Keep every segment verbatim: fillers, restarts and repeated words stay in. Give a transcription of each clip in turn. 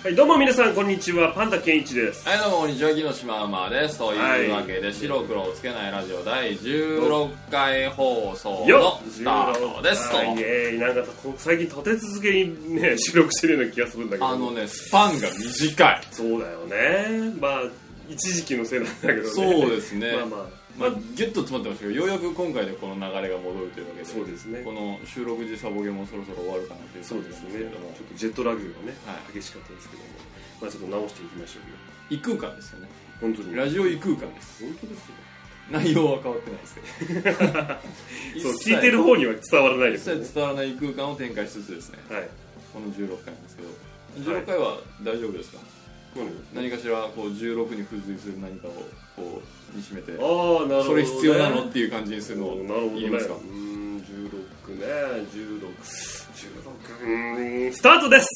はい、どうも皆さんこんにちは、パンダケンイチです。 はい、どうもこんにちは、木下まーまーです。というわけで、白黒をつけないラジオだいじゅうろっかい放送のスタートですと。 イエーイ。なんか最近立て続けにね収録してるような気がするんだけど、 あのね、スパンが短い。 そうだよね。まあ一時期のせいなんだけどね。 そうですね。 まあまあまあ、ギュッと詰まってましたけど、ようやく今回でこの流れが戻るというわけで、 そうですね、 この収録時サボゲもそろそろ終わるかなというそうですね。ちょっとジェットラグがね、はい、激しかったですけども、まあ、ちょっと直していきましょうよ。 異空間ですよね。 本当にラジオ異空間です。 本当ですよ。 内容は変わってないですけどそう聞いてる方には伝わらないですね。一切伝わらない異空間を展開しつつですね、はい、このじゅうろっかいなんですけど、じゅうろっかいは大丈夫ですか？はい、何かしらこうじゅうろくに付随する何かをこうにしめて、 ああなるほど、ね、 それ必要なのっていう感じにするのを言いますか？ うーん、じゅうろくね、じゅうろく、じゅうろく、うーん、スタートです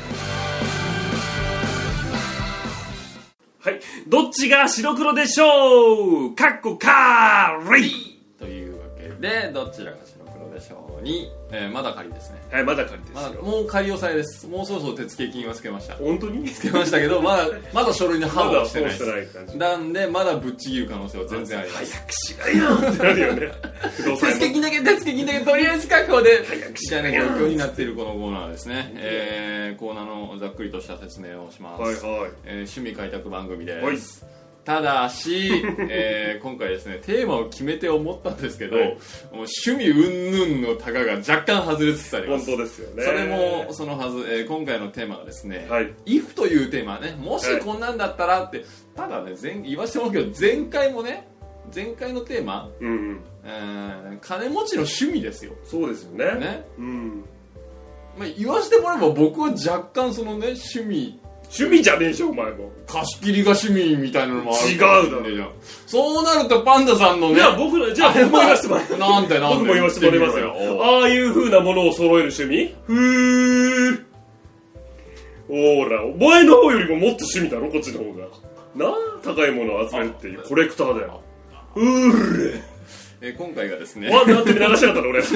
はい、どっちが白黒でしょう、かっこかーりというわけで、どちらが白黒でしょうに、えー、まだ仮ですね。 はい、まだ仮ですよ、 まだもう仮押さえです。もうそろそろ手付金はつけました。 本当につけましたけど、まだまだ書類に判はしてないです。 まだしてない感じなんでまだぶっちぎる可能性は全然あります。 早くしろよってなるよね手付金だけ手付金だけとりあえず確保でみたいな状況になっているこのコーナーですね。えー、コーナーのざっくりとした説明をします。 はいはい、 えー、趣味開拓番組です。はい、ただし、えー、今回ですねテーマを決めて思ったんですけど、はい、もう趣味云々のタガが若干外れつつあります。 本当ですよね。 それもそのはず、えー、今回のテーマがですね、はい、イフ というテーマね、もしこんなんだったらって、はい、ただね前言わせてもらうけど、前回もね、前回のテーマ、うんうん、えー、金持ちの趣味ですよ。 そうですよね。 ね、 うん、 まあ、言わせてもらえば僕は若干そのね趣味趣味じゃねえしょお前も。 貸し切りが趣味みたいなのもある。 違うだろ。 そうなるとパンダさんのね。 いや僕らじゃあ僕も言わせてもらいます。 なんでなんで。 僕も言わせてもらいますよ。ああいう風なものを揃える趣味。ふー。ほーら、お前の方よりももっと趣味だろこっちの方が。なあ、高いものを集めるっていうコレクターだよ。うーれ。 えー、今回がですね。 わなんて流しなかったの俺。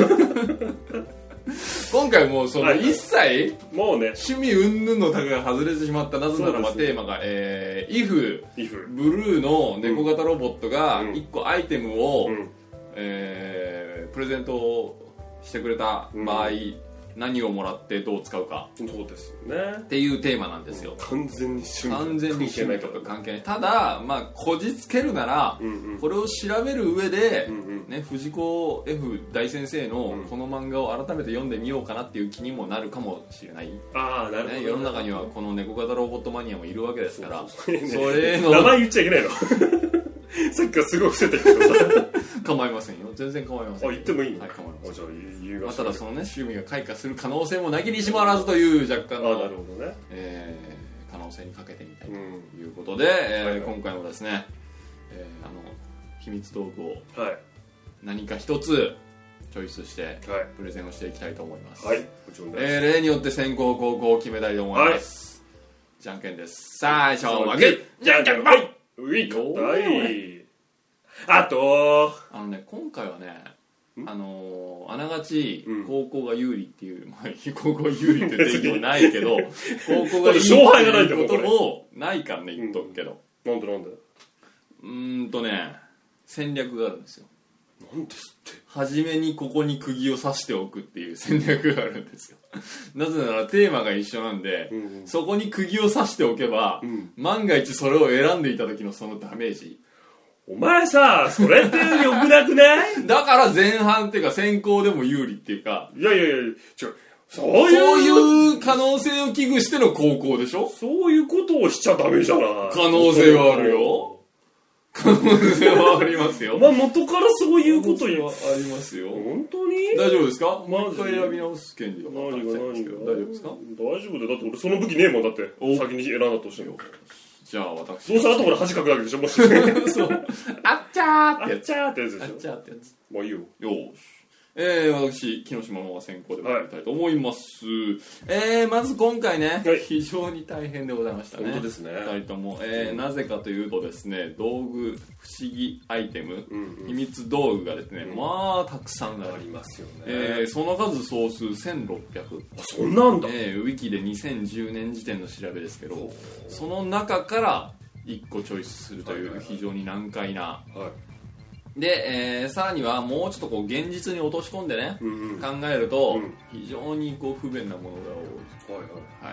今回もうその一切もうね趣味云々のタグが外れてしまった。なぜならばテーマがえー、イフ ブルーの猫型ロボットがいっこアイテムをえープレゼントしてくれた場合何をもらってどう使うか。 そうですよねっていうテーマなんですよ。 完全に趣味完全に趣味とか関係ない。ただまあこじつけるなら、うんうん、これを調べる上で、うんうんね、藤子 F 大先生のこの漫画を改めて読んでみようかなっていう気にもなるかもしれない。 ああなるほど、ね、 世の中にはこの猫型ロボットマニアもいるわけですから、 それの名前言っちゃいけないのさっきからすごい伏せてるけどさ構いませんよ、全然構いません。 あ、言ってもいいの？ はい、構いません。 じゃあ言いままあ、ただそのね趣味が開花する可能性もなきにしもあらずという若干の、 あ、なるほどね、 えー、可能性にかけてみたいということで、うん、えーはいはい、今回もですね、えー、あの秘密道具を何か一つチョイスしてプレゼンをしていきたいと思います。はい、もちろんです。えー、例によって先行後攻を決めたいと思います。はい、じゃんけんです。最初はグーじゃんけんぽい。 うい、硬い。あとあのね、今回はね、あのー、あながち高校が有利っていう、うん、まあ、高校が有利って定義はないけど高校が有利っていうこともないからね、言っとくけど、 うん、なんでなんでうーんとね、戦略があるんですよ。 なんですって。 初めにここに釘を刺しておくっていう戦略があるんですよなぜならテーマが一緒なんで、うんうん、そこに釘を刺しておけば、うん、万が一それを選んでいた時のそのダメージ、 お前さ、それって良くなくないだから前半っていうか先行でも有利っていうか、 いやいやいや、ちょ、 そういうそういう可能性を危惧しての高校でしょ。 そういうことをしちゃダメじゃない。 可能性はあるよ。可能性はありますよ。 まあ元からそういうことはありますよ。 本当に大丈夫ですか？もう一回選び直す権利があったんですけど、大丈夫ですか？ 大丈夫で、だって俺その武器ねえもんだって。先に選んだとしても。 じゃあ私どうせ後から恥かくだけでしょ、もしそうあっちゃーってやつ、 あっちゃーってやつでしょ。 あっちゃーってやつ、 もういいよ。 よーし、 えー、私木下のが先行で参りたいと思います、はい、えー、まず今回ね、はい、非常に大変でございましたね。 本当ですね。 ふたりとも、えー、なぜかというとですね、道具不思議アイテム、うんうん、秘密道具がですね、うん、まあたくさんありますよね、えー、その数総数せんろっぴゃく。 あ、そんなんだ、 えー、ウィキでにせんじゅうねん時点の調べですけど、その中からいっこチョイスするという非常に難解な、はいはいはい、で、えー、さらにはもうちょっとこう現実に落とし込んでね、うんうん、考えると、うん、非常にこう不便なものが多い、はいはいはい、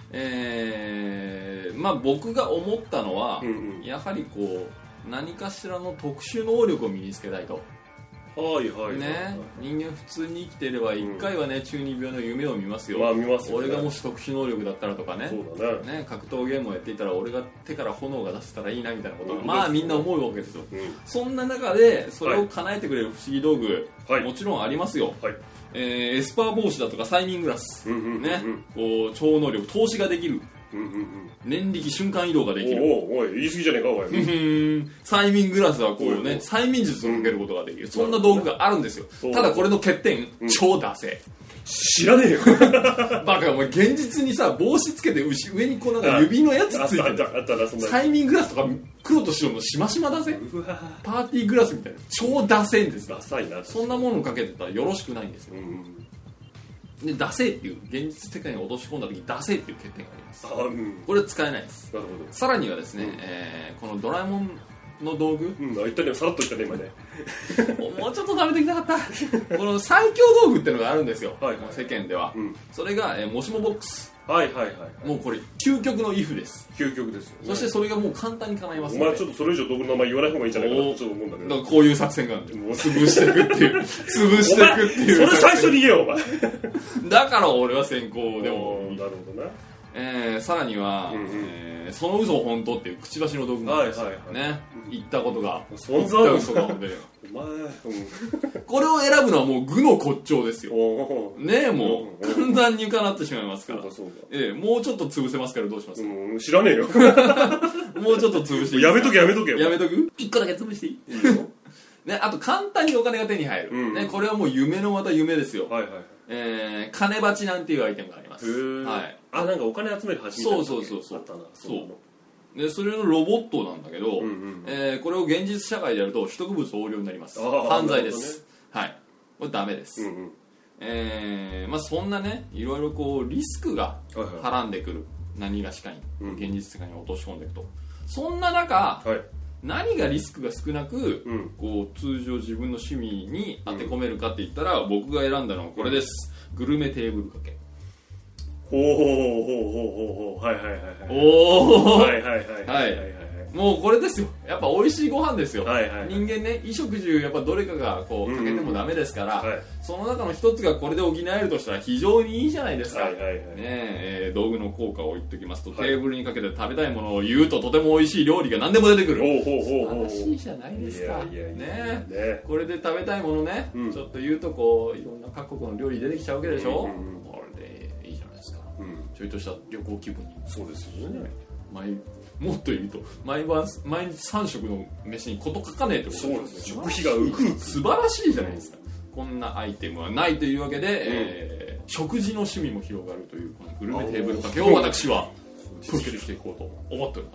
えー、まあ僕が思ったのは、うんうん、やはりこう何かしらの特殊能力を身につけたいと。 はいはいはい、 ね、人間普通に生きていればいっかいはね、うん、中二病の夢を見ますよ。 まあ見ますよね。 俺がもし特殊能力だったらとかね、 そうだね、 ね、格闘ゲームをやっていたら俺が手から炎が出せたらいいなみたいなことが、うん、まあみんな思うわけですよ、うん、そんな中でそれを叶えてくれる不思議道具、はい、もちろんありますよ、はい、えー、エスパー帽子だとか催眠グラス、うんうんうんうん、ね、こう超能力投資ができる、うんうんうん、念力瞬間移動ができる。 おおい言い過ぎじゃねえかおい催眠グラスはこうね、催眠術をかけることができる、うん、そんな道具があるんですよ、うん、ただこれの欠点、うん、超ダセ知らねえよバカお前現実にさ帽子つけて上にこうなんか指のやつついてる催眠グラスとか黒と白のしましまだぜ。パーティーグラスみたいな超ダセんです。 ダサいな。 そんなものをかけてたらよろしくないんですよ、うん、でダセーっていう現実世界に落とし込んだ時ダセーっていう欠点があります。あ、うん、これは使えないです。なるほど。さらにはですね、うん、えー、このドラえもんの道具、 うん、言ったね、さらっと言ったね今ねもうちょっと食べてきたかったこの最強道具っていうのがあるんですよ、はいはい、世間では、うん、それが、えー、もしもボックス。はいはいはい、はい、もうこれ究極のイフです。 究極ですよ、ね、 そしてそれがもう簡単に叶いますので、 お前ちょっとそれ以上道具の名前言わない方がいいんじゃないかなとちょっと思うんだけど、だからこういう作戦があるんで潰していくっていう潰していくっていうそれ最初に言えよお前だから俺は先行でもなるほどな。 えー、さらには、うんうん、えー、その嘘本当っていう口出しの道具なんですよ、はいはいはい、ね、言ったことが存在言った嘘が本当にお前、うん、 これを選ぶのはもう愚の骨頂ですよねえ、もう簡単にかなってしまいますから、そうかえー、もうちょっと潰せますからどうします、 うん、知らねえよもうちょっと潰していいやめとけやめとけやめとくいっこだけ潰していいね、あと簡単にお金が手に入る、うんね、これはもう夢のまた夢ですよ、はいはいはい、えー、金鉢なんていうアイテムがあります。 はい、あ、なんかお金集める始めたそうそうそうそうそうでそれのロボットなんだけど、うんうん、えー、これを現実社会でやると取得物横領になります。犯罪です、ね、はいこれダメです、うんうん、えー、まあそんなねいろいろこうリスクがはらんでくる、何がしかに、うん、現実世界に落とし込んでいくと、そんな中、はい、何がリスクが少なく、うん、こう通常自分の趣味に当て込めるかって言ったら、うん、僕が選んだのはこれです、うん、グルメテーブル掛け。 ほうほうほうほうほうほう、はいはいはいはい、 おお、 はいはいはいはいはい、 もうこれですよ、やっぱ美味しいご飯ですよ、はいはいはい、人間ね衣食住やっぱどれかがこうかけてもダメですから、うんうんはい、その中の一つがこれで補えるとしたら非常にいいじゃないですか、はいはいはいねえー、道具の効果を言っておきますと、はい、テーブルにかけて食べたいものを言うととても美味しい料理が何でも出てくる。素晴らしいじゃないですか。いやいやいやねね、これで食べたいものね、うん、ちょっと言うとこういろんな各国の料理出てきちゃうわけでしょ、うんうんうん、これでいいじゃないですか、うん、ちょいとした旅行気分に。 そうですよね。 毎もっと言うと毎晩毎日さん食の飯に事書かねえってことそうですね。食費が浮く素晴らしいじゃないですか。こんなアイテムはないというわけで、うんえー、食事の趣味も広がるというこのグルメテーブル掛けを私は続けてしていこうと思っております。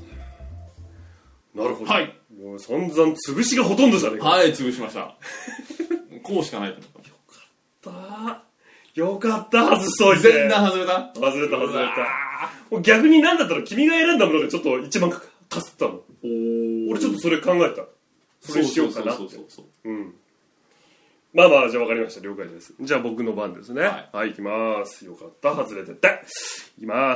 なるほど。 はい。 もう散々潰しがほとんどじゃねえか。 はい、潰しました。こうしかないと思った。 よかった。よかった、外しといて。 全然外れた外れた、外れた。もう逆になんだったら君が選んだものでちょっと一番かすったの。俺ちょっとそれ考えた。それしようかなって。そうそうそうそう。うん。まあまあ、じゃあ分かりました。了解です。じゃあ僕の番ですね。はい、はい、行きます。よかった、外れてって。行きます。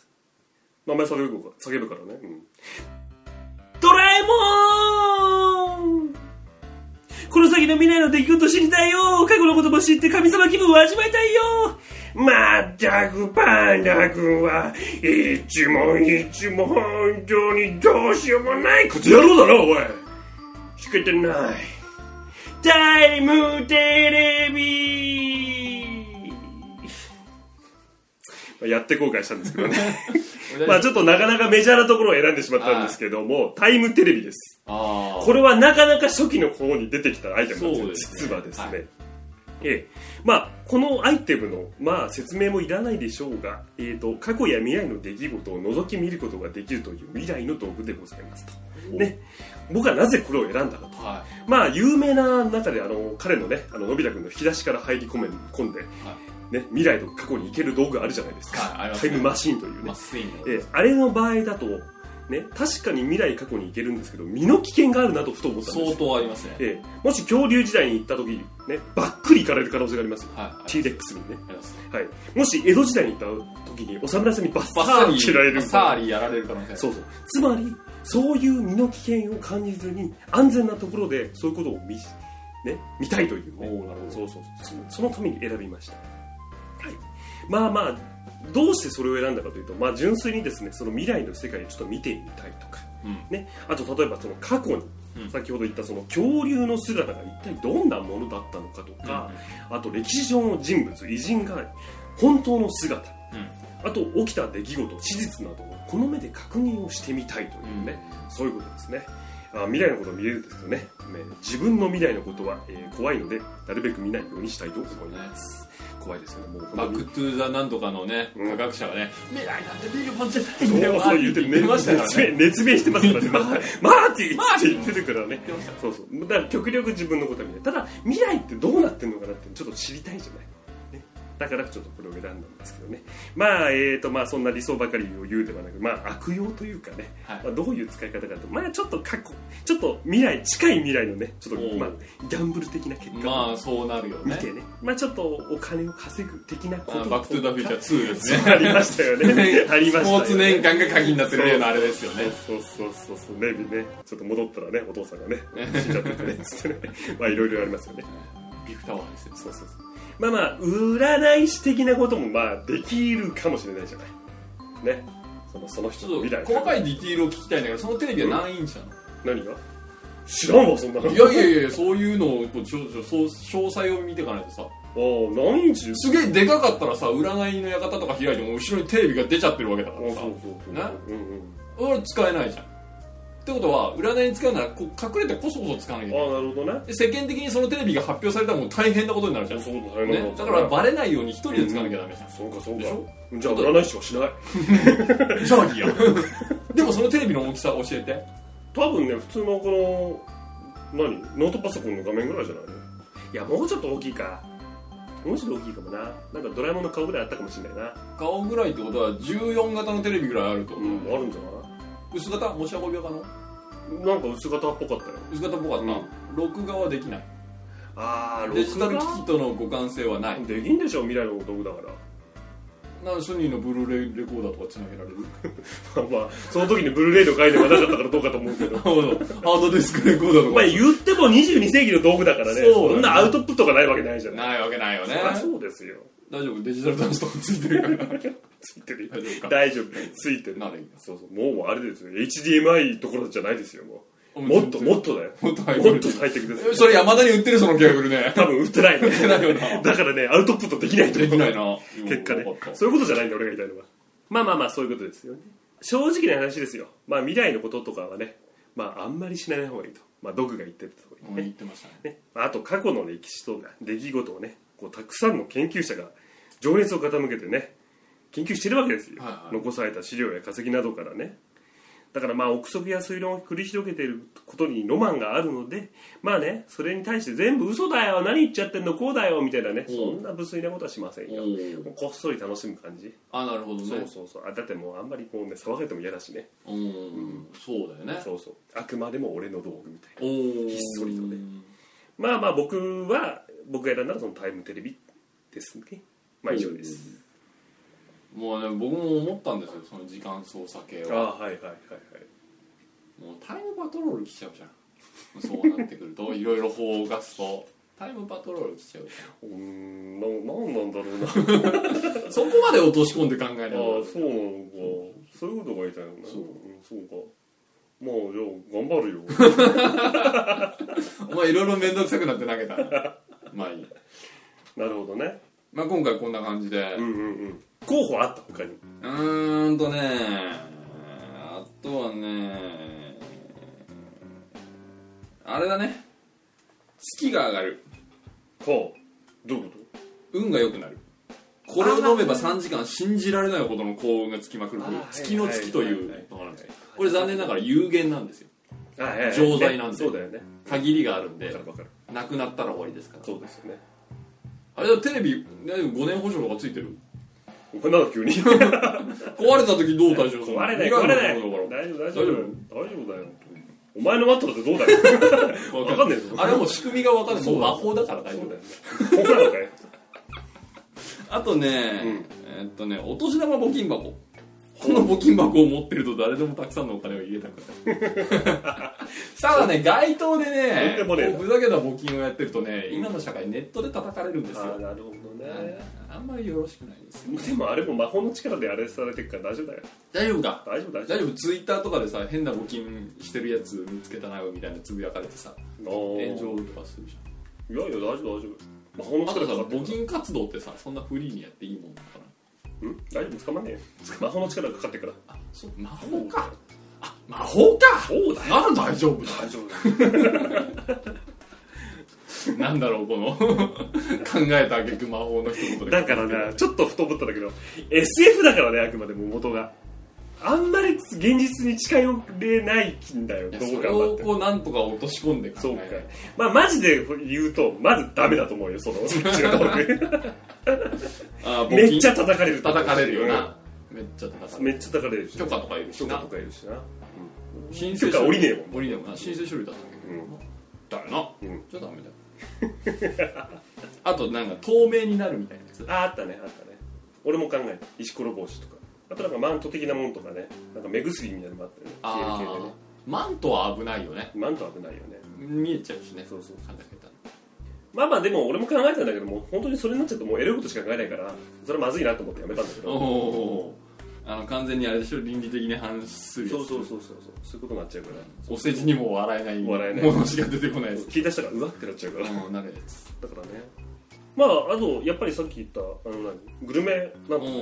名前叫ぶから、叫ぶからね。うん。ドラえもん！この先の未来の出来事知りたいよ。過去のことも知って神様気分を味わいたいよ。まったくパンダ君はいつもいつも本当にどうしようもないこと野郎だなおい。仕方ない。タイムテレビやって後悔したんですけどねまあちょっとなかなかメジャーなところを選んでしまったんですけども、タイムテレビです。あこれはなかなか初期の方に出てきたアイテムなんですよ、実はですね、はい、ええ、まあこのアイテムの、まあ、説明もいらないでしょうが、えーと、過去や未来の出来事を覗き見ることができるという未来の道具でございますと、ね、僕はなぜこれを選んだかと、はい、まあ有名な中であの彼のね、あののび太くんの引き出しから入り込め込んで、はいね、未来と過去に行ける道具あるじゃないですか、はい、タイムマシーンというね、えあれの場合だと、ね、確かに未来過去に行けるんですけど身の危険があるなとふと思ったんですよ。 相当ありますね、 えもし恐竜時代に行った時、ね、ばっくり行かれる可能性がありますよ、はい、T レックスにね、はい、もし江戸時代に行った時にお侍さんにバッサーリ切られる、 バッサーリやられる可能性、 そうそう、つまりそういう身の危険を感じずに安全なところでそういうことを見、ね、見たいという、ね、おなるほど、そうそうそう、そのために選びました。はい、まあまあどうしてそれを選んだかというと、まあ、純粋にですねその未来の世界をちょっと見てみたいとか、うんね、あと例えばその過去に、うん、先ほど言ったその恐竜の姿が一体どんなものだったのかとか、うん、あと歴史上の人物偉人が本当の姿、うん、あと起きた出来事史実などをこの目で確認をしてみたいというね、うん、そういうことですね。あ未来のことを見れるんですけどね、ね自分の未来のことは、えー、怖いのでなるべく見ないようにしたいと思います。怖いですよね。もうバックトゥーザなんとかのね、うん、科学者がね、未来なんて見るもんじゃないんだよ、そう言ってる、ね、ましたからね、熱弁してますからね、マーティーって言ってるからね、そうそう、だから極力自分のことは見ない。ただ未来ってどうなってるのかなってちょっと知りたいじゃない、ね、だからちょっとこれを選んだんですけどね。まあえーとまあそんな理想ばかりを言うではなく、まあ悪用というかね、はい、まあ、どういう使い方かと、まあちょっと過去、ちょっと未来近い未来のね、ちょっとまあギャンブル的な結果まあそうなるよね。 見てね、まあちょっとお金を稼ぐ的なこととか、 バックトゥーザフューチャーツーですね。 ありましたよね。ありましたよね。スポーツ年間が鍵になってるようなあれですよね。 そうそうそうそうね、ね、ちょっと戻ったらね、お父さんがね死んじゃっててね、つってね、まあいろいろありますよね。 ビフタワーですよ。 そうそうそう。まあまあ占い師的なこともまあできるかもしれないじゃないね。そのその人の未来、 細かいディティールを聞きたいんだけど、そのテレビは何インチなの？ 何が？知らんわそんなの。 いやいやいや、そういうのをこう詳細を見ていかないとさ。ああ、何インチ？ すげえでかかったらさ、占いの館とか開いても後ろにテレビが出ちゃってるわけだからさ。そうそうそう。ね？うんうん。俺使えないじゃん。ってことは占いに使うならこう隠れてこそこそ使わなきゃいけない。 ああ、なるほどね。 で世間的にそのテレビが発表されたらもう大変なことになるじゃん。そうだ、ね、だからバレないように一人で使わなきゃダメじゃん。 そうかそうか。じゃあ占い師はしない。 じゃあいいや。でもそのテレビの大きさ教えて。 多分ね、普通のこの何ノートパソコンの画面ぐらいじゃないの？いや、もうちょっと大きいか。もうちょっと大きいかもな。なんかドラえもんの顔ぐらいあったかもしれないな。 顔ぐらいってことはじゅうよん型のテレビぐらいあると思う、 うん、あるんじゃない？ 薄型持ち運び型のなんか薄型っぽかったよ。 薄型っぽかった、うん、録画はできない。 ああ、 デジタル機器との互換性はない。 できんでしょ、未来の道具だから。 なんソニーのブルーレイレコーダーとかつなげられる。 まあその時にブルーレイの回ではなかったからどうかと思うけど。 ハードディスクレコーダーとか。 まあ言ってもにじゅうに世紀の道具だからね。そ, ねそんなアウトプットがないわけないじゃない。 ないわけないよね。 そりゃそうですよ。 大丈夫、デジタルダンスとかついてるから。 ついてる。大丈夫。ついてる。そうそう。もうあれですよ。エイチディーエムアイ どころじゃないですよ。もう。もっともっとだよ。もっとハイテクです。 それ山田に売ってるそのケーブルね。 多分売ってないの。売ってないよな。だからね、アウトプットできないと思う。 できないな。 結果ね。そういうことじゃないんだ俺が言いたいのは。まあまあまあそういうことですよね。正直な話ですよ。まあ未来のこととかはね、まああんまり知らない方がいいと。まあドクが言ってるところにね。 言ってましたね。 あと過去の歴史とか出来事をね、こうたくさんの研究者が情熱を傾けてね、研究してるわけですよ。はいはい、残された資料や化石などからね。だからまあ憶測や推論を繰り広げていることにロマンがあるので、まあね、それに対して全部嘘だよ、何言っちゃってんの、こうだよみたいなね、そんな無粋なことはしませんよ。もうこっそり楽しむ感じ。 あ、なるほどね。 そうそうそう。あ、だってもうあんまりこうね、騒げても嫌だしね。 うん、うん、そうだよね。 そうそう。あくまでも俺の道具みたいな。ひっそりとね。まあまあ僕は僕が選んだらそのタイムテレビですね。まあ以上です。 もうね、僕も思ったんですよ、その時間操作系は。 あ、はいはいはいはい。 もうタイムパトロール来ちゃうじゃん。そうなってくるといろいろ法を犯すとタイムパトロール来ちゃうじゃん。うーん、な、なんなんだろうな。そこまで落とし込んで考える。 ああ、そうなのか。そういうことが言いたいのね。そう、うん、そうか。まあじゃあ頑張るよ。 お前いろいろ面倒くさくなって投げた。まあいい。 なるほどね。 まあ今回こんな感じで、 うんうんうん、 候補あった他に？ うーんとねあとはねあれだね、好きが上がる。 ほう、どういうこ運が良くなる。これを飲めばさんじかん信じられないほどの幸運がつきまくるという月の月というのがあるんですよ。これ残念ながら有限なんですよ。錠剤なんで、 そうだよね、 限りがあるんで、 分かる分かる、 なくなったら終わりですから。 そうですよね。 あれだ、テレビごねん保証とかついてる？ これなんだ急に壊れた時どう対処するの？ 壊れない壊れない、大丈夫大丈夫大丈夫だよ。お前のマットだってどうだよ分かんないぞ。 あれはもう仕組みが分かんない。もう魔法だから大丈夫だよ。 そうなのかよ。あとね、うん、えー、っとねお年玉募金箱。この募金箱を持ってると誰でもたくさんのお金を入れたくなるただね、街頭でねこうふざけた募金をやってるとね、今の社会ネットで叩かれるんですよ。 あ、なるほどね。 あんまりよろしくないですよ。 でもあれも魔法の力であれされてるから大丈夫だよ。 大丈夫か。 大丈夫大丈夫。ツイッターとかでさ、変な募金してるやつ見つけたなみたいなつぶやかれてさ、炎上とかするじゃん。いやいや大丈夫大丈夫。魔法の力だからさ、募金活動ってさ、そんなフリーにやっていいもんなのかな。 ん？大丈夫、捕まんねえよ。魔法の力がかかってるから。 あ、そう、魔法か。あ、魔法か。 そうだよ。 なら大丈夫だ。 大丈夫だ。なんだろうこの考えた挙句魔法の一言で。 だからね、ちょっと太ぶったんだけど、エスエフ だからね、あくまでも元が。あんまり現実に近寄れないんだよ。どう頑張って。 それをこうなんとか落とし込んで考え。 そうか。まあマジで言うとまずダメだと思うよ、そのそっちのトーク。あ、めっちゃ叩かれる。 叩かれるよな。めっちゃ叩かれる。 めっちゃ叩かれるし。 許可とかいるしな。 許可とかいるしな。 申請書類降りねえもん。 降りねえもんな。申請書類だったけど。だよな。じゃダメだよ。あとなんか透明になるみたいなやつ。 あ、あったね、あったね。俺も考えた。石ころ帽子とか。あとなんかマント的なもんとかね、なんか目薬みたいなのもあったよね。 あー、ね、マントは危ないよね。 マントは危ないよね。 見えちゃうしね。 そうそうそう。 たまあまあでも俺も考えたんだけども、本当にそれになっちゃうともうエロいことしか考えないから、それはまずいなと思ってやめたんだけど。おお、あの完全にあれでしょ、倫理的に反するやつ。 そうそうそうそうそう、そういうことになっちゃうから。 お世辞にも笑えないものしか出てこないやつ。 聞いた人がうわってなっちゃうから。 うん、なるやつ。 だからね。まああとやっぱりさっき言ったあの何グルメなんか、うん、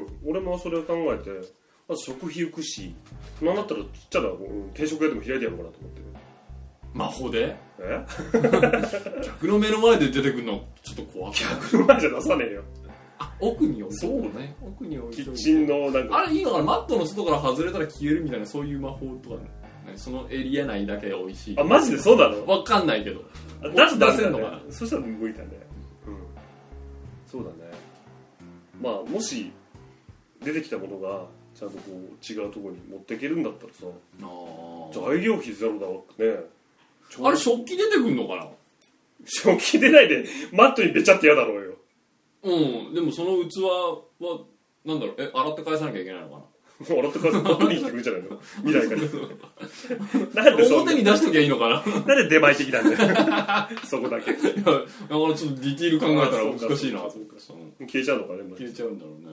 俺もそれを考えて。まず食費浮くし、なんだったらちっちゃな定食屋でも開いてやろうかなと思ってる。 魔法で？ え？ 客の目の前で出てくるのちょっと怖くない？ 客の前じゃ出さねえよ。 あ、奥に置いてるのね。奥に置いてる。 キッチンのなんかあれいいのかな、マットの外から外れたら消えるみたいな、そういう魔法とかね。そのエリア内だけ美味しい。 あ、マジでそうなの？ わかんないけど。 出す出せるのかな？そしたら無理だね。うん。そうだね。まあもし出てきたものがちゃんとこう違うところに持っていけるんだったらさ、あ材料費ゼロだわね。 あれ食器出てくんのかな？ 食器出ないでマットにべちゃって嫌だろうよ。 うん、でもその器はなんだろう、え、洗って返さなきゃいけないのかな？ 洗って返すと取りに来てくるんじゃないの？未来からなんで表に出しときゃいいのかな？ なんで出前的なんだよそこだけ。いや、だからちょっとディティール考えたら難しいな。 消えちゃうのかね。 消えちゃうんだろうね。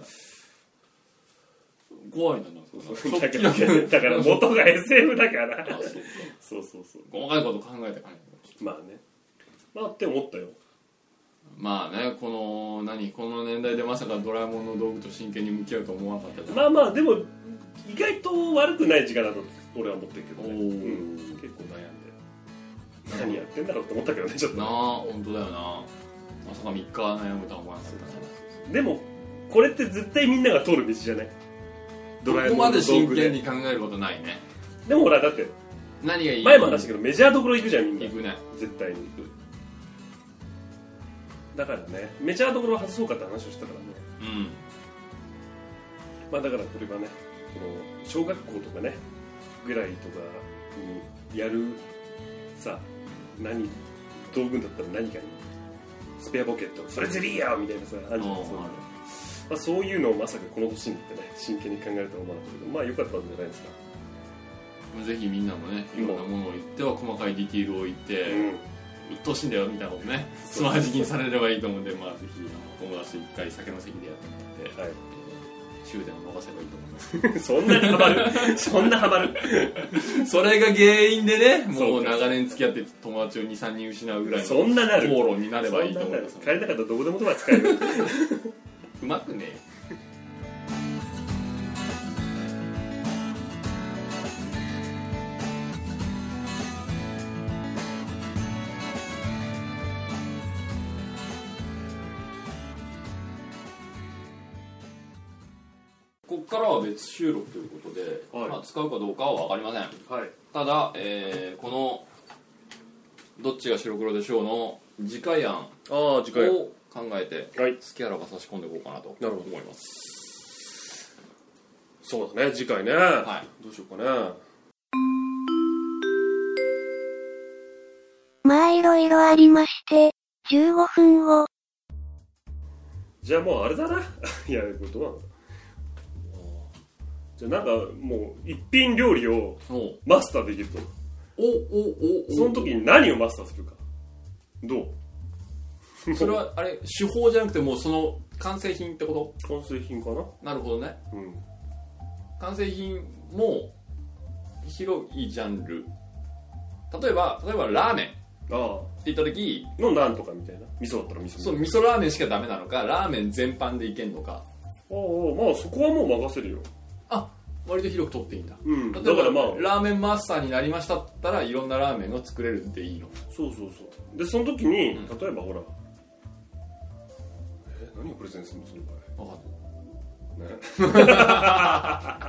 怖いな。 そうそうだからだから元が エスエフ だからそうそうそう、 細かいこと考えてかない。 まあね、まあって思ったよ。 まあね、この何この年代でまさかドラえもんの道具と真剣に向き合うと思わなかった。 まあまあでも意外と悪くない時間だと俺は思ってるけどね、うん、結構悩んで何やってんだろうって思ったけどね、ちょっとなあ、本当だよな。まさかみっか悩むとは思わなかったね。 でもこれって絶対みんなが通る道じゃない？ ドラえもんの道具でここまで真剣に考えることないね。 でもほらだって何がいい？ 前も話したけどメジャーどころ行くじゃん、みんな。 行くね、 絶対に行く。だからね、メジャーどころを外そうかって話をしたからね。 うん。 まあだからこれはね、この小学校とかねぐらいとかにやるさ、何道具だったら何かにスペアポケット、それゼリーやみたいなさ、あるじゃん。そういうの、まあ、そういうのをまさかこの年になってね真剣に考えるとは思わなかったけど、まあ良かったんじゃないですか。 ぜひみんなもね、いろんなものを言っては細かいディティールを言って、うん、うっとうしいんだよみたいなことね、つまじきにされればいいと思うんで、まあぜひ友達と一回酒の席でやってもらって、はい、終電を逃せばいいと思います。 そんなにハマるそんなハマるそれが原因でね、もう長年付き合って友達を にさんにん失うぐらいのそんななる口論になればいいと思います。 帰りたかったらどこでもとは使えるうまくねからは別収録ということで、はい、まあ、使うかどうかは分かりません、はい、ただ、えー、このどっちが白黒でしょうの次回案を考えて、はい、スキャラが差し込んでいこうかなと思います。 そうだね、次回ね、はい、どうしようかね。 まあいろいろありましてじゅうごふんご。 じゃあもうあれだな。いや、これどうなの。じゃあなんかもう一品料理をマスターできると。おおおお。その時に何をマスターするか。どう？ それはあれ手法じゃなくてもうその完成品ってこと？ 完成品かな。 なるほどね。うん。完成品も広いジャンル。例えば例えばラーメン。ああって言った時のなんとかみたいな、味噌だったら味噌、 そう味噌ラーメンしかダメなのか、ラーメン全般でいけんのか。 ああ、まあそこはもう任せるよ。 あ、割と広く取っていいんだ。 うん、 例えばだからまあラーメンマスターになりましたったらいろんなラーメンが作れるんでいいの。 そうそうそう。でその時に、うん、例えばほら、え何をプレゼンするのその場合。分かんない。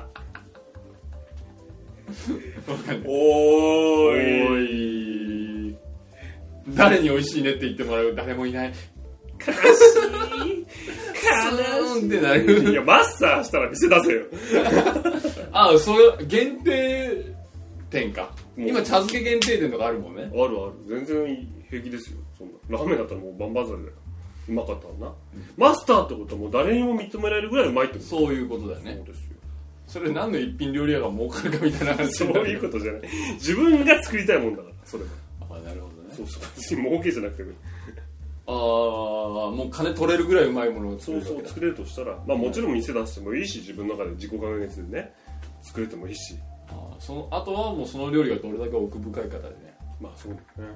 ねおーいおい誰に美味しいねって言ってもらう。誰もいない。 悲しい悲しいってなる。いやマスターしたら店出せよ。 ああ、それ限定店か。今茶漬け限定店とかあるもんね。あるある、全然平気ですよ。そんなラーメンだったらもうバンバンザルだよ。うまかったらな、うん、マスターってことはもう誰にも認められるぐらいうまいってこと。 そういうことだよね。そうですよ。それ何の一品料理屋が儲かるかみたいな話。 そういうことじゃない。自分が作りたいもんだからそれは。 あ、なるほどね。 そうそう。別に儲けじゃなくても。 ああ、もう金取れるぐらいうまいものを作れる。 そうそう作れるとしたら、まあもちろん店出してもいいし、自分の中で自己完結でね作れてもいいし。 ああ、そのあとはもうその料理がどれだけ奥深い方でね。 まあそうだね。うん、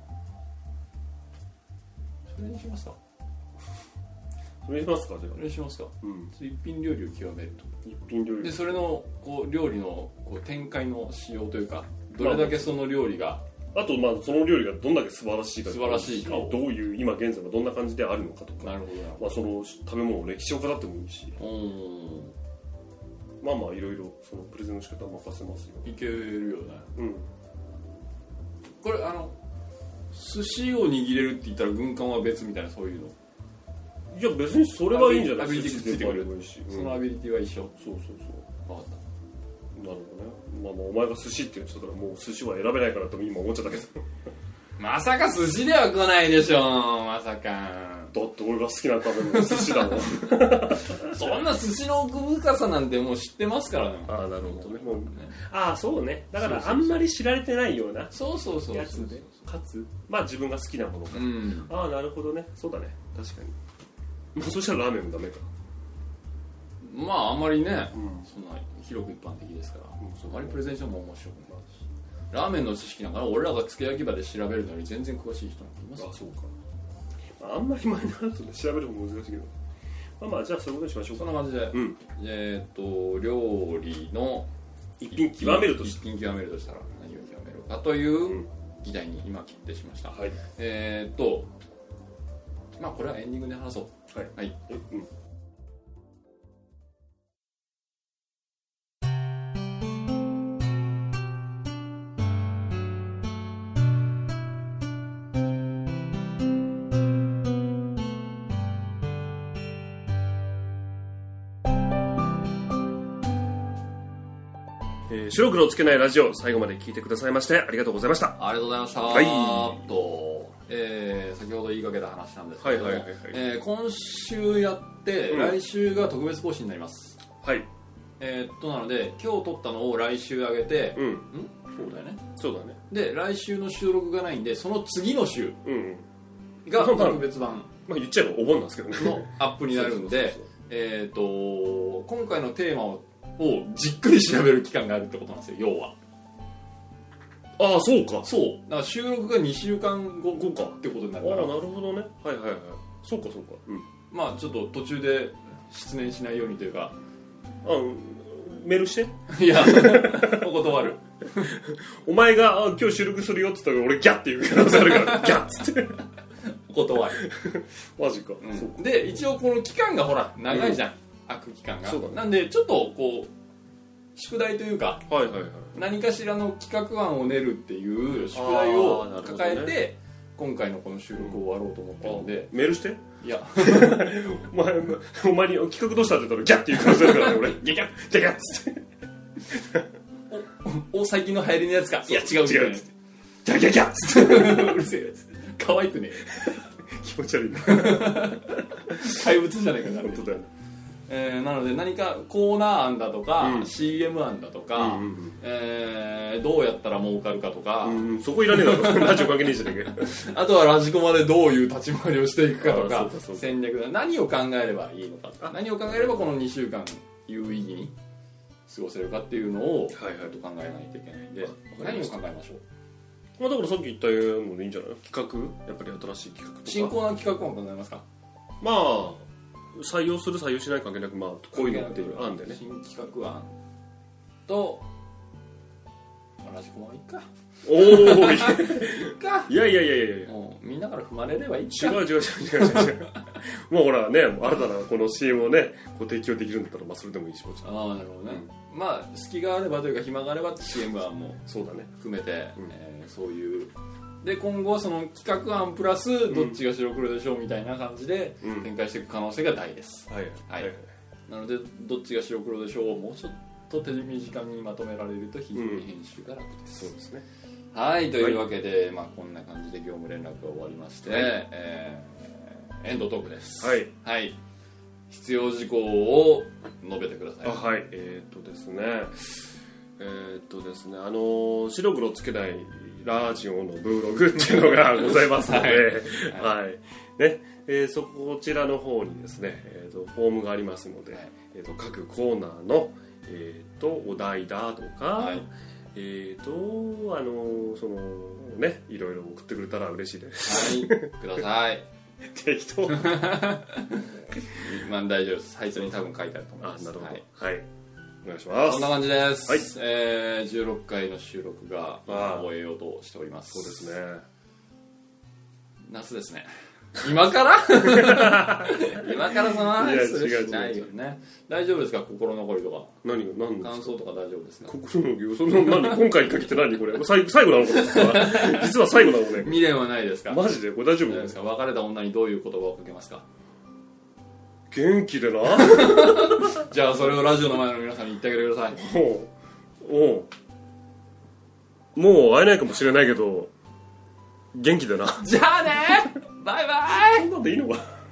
それにしますか。 それにしますか。じゃあ。 それにしますか。うん。一品料理を極めると。 一品料理。 でそれのこう料理のこう展開の仕様というか、どれだけその料理が。 あとまあその料理がどんだけ素晴らしいか、 素晴らしいか、どういう今現在はどんな感じであるのかとか、 なるほど、 まあその食べ物の歴史を語ってもいいし、うん、まあまあいろいろそのプレゼンの仕方は任せますよ。 いけるよね。うん。これあの寿司を握れるって言ったら軍艦は別みたいなそういうの。 いや別にそれはいいんじゃない。 アビリティついてくるし、うん、そのアビリティは一緒。 そうそうそう。分かった。なるほどね。まあ、まあお前が寿司って言ってたからもう寿司は選べないからと今思っちゃったけど。 まさか寿司では来ないでしょ。まさか。 だって俺が好きな食べ物寿司だもん。 そんな寿司の奥深さなんてもう知ってますからね。 ああなるほどね。もうね。ああそうね。だからあんまり知られてないようなそうそうそうやつでかつまあ自分が好きなものか。うん、ああなるほどね。そうだね。確かに。まあそしたらラーメンもダメか。 まああんまりね、うん、そんな広く一般的ですから、うん、あまりプレゼンションも面白くないし、ラーメンの知識なんか俺らが付け焼き場で調べるのに全然詳しい人なんています。 あ、そうか。あんまりマイナーだと調べるのも難しいけど、まあまあじゃあそういうことにしましょうか。 そんな感じで、うん、えっ、ー、と料理の一品極めるとしたら一品極めるとしたら何を極めるかという議題に今切ってしました。はい、えっ、ー、とまあこれはエンディングで話そう。はい。はい。えうん。 えー、白黒つけないラジオ最後まで聞いてくださいましてありがとうございました。 ありがとうございました。はい。と、えー、先ほど言いかけた話なんですけど、はいはいはいはい、えー、今週やって、うん、来週が特別更新になります。はい。えー、っとなので今日撮ったのを来週上げて、うん、んそうだよね。 そうだね。 で来週の収録がないんでその次の週が特別版、 まあ言っちゃえばお盆なんですけどね。 のアップになるんで、えー、っと今回のテーマををじっくり調べる期間があるってことなんですよ、要は。 ああそうか。 そうだから収録がにしゅうかんごかってことになるから。 ああなるほどね。はいはいはい。そうかそうか。うん。 まあちょっと途中で失念しないようにというか。 あメールして。 いやお断る。 お前があ今日収録するよって言ったら俺ギャッて言う可能性あるからギャッつって。 お断る。 マジか。 うん、そうで一応この期間がほら長いじゃん。うん空く期間が、 そうだね、 なんでちょっとこう宿題というか、 はいはいはい、 何かしらの企画案を練るっていう宿題を抱えて、ね、今回のこの収録を終わろうと思ってるんで、 メールしていやお前お前に企画どうしたって言ったらギャッて言う顔するからね俺ギャギャッギャギャッつっておお最近の流行りのやつか、いや違う違うギャギャギャッつってうるせえやつ可愛くね気持ち悪いな怪物じゃないかな本当だよね、 えー、なので何かコーナー案だとか、うん、シーエム 案だとか、うんうんうん、えー、どうやったら儲かるかとか、 うんうん、そこいらねえだろラジオ関係ねえじゃねえかあとはラジコマでどういう立ち回りをしていくかとか戦略だ、何を考えればいいのか、何を考えればこのにしゅうかん有意義に過ごせるかっていうのをちょっと考えないといけないんで、何を考えましょう。 まあ、だからさっき言ったのでいいんじゃない、企画、やっぱり新しい企画とか新コーナー企画も考えますか。 まあ採用する採用しない関係なく、まあこういうのっていう案でね、 新企画案と、まあ、ラジコマはいいか、 おおいかいやいやいやいやいや、 もうみんなから踏まれればいいか。 違う違う違う違う違うもうほらね、新たなこの シーエム をねこう提供できるんだったら、まあそれでもいいし、もちろん。 ああなるほどね、うん、まあ隙があればというか暇があれば シーエム 案もそうだね含めて、うんえー、そういうで今後その企画案プラスどっちが白黒でしょうみたいな感じで展開していく可能性が大です、うん、はい、はいはい、なのでどっちが白黒でしょうをもうちょっと手短にまとめられると非常に編集が楽です、 うん、そうですね。 はいというわけで、はい、まあ、こんな感じで業務連絡が終わりまして、はい、えー、エンドトークです。はい、はい、必要事項を述べてください。 あ、はいえー、っとですねえー、っとですねあの白黒つけないラジオのブログっていうのがございますので、はいはいはいねえー、そこちらの方にですね、えー、とフォームがありますので、はいえー、と各コーナーの、えー、とお題だとか、はいえー、とあのそのねいろいろ送ってくれたら嬉しいです。 はいください適当まあ大丈夫です。最初に多分書いてあると思います。 あ、なるほど、 はい、 はいお願いします。 そんな感じです、 はいえー、じゅうろっかいの収録が終えようとしております。 そうですね、 夏ですね。今から今からその話するしないよね。大丈夫ですか、心残りとか。 何が何感想とか大丈夫ですか。 心残りその何今回に限って何これ最後最後なのかな実は最後なのね。 未練はないですか。 マジでこれ大丈夫ですか。別れた女にどういう言葉をかけますか。 元気でなじゃあそれをラジオの前の皆さんに言ってあげてください。 おうおうもう会えないかもしれないけど元気でな。 じゃあねバイバイ。 そんなんでいいのか。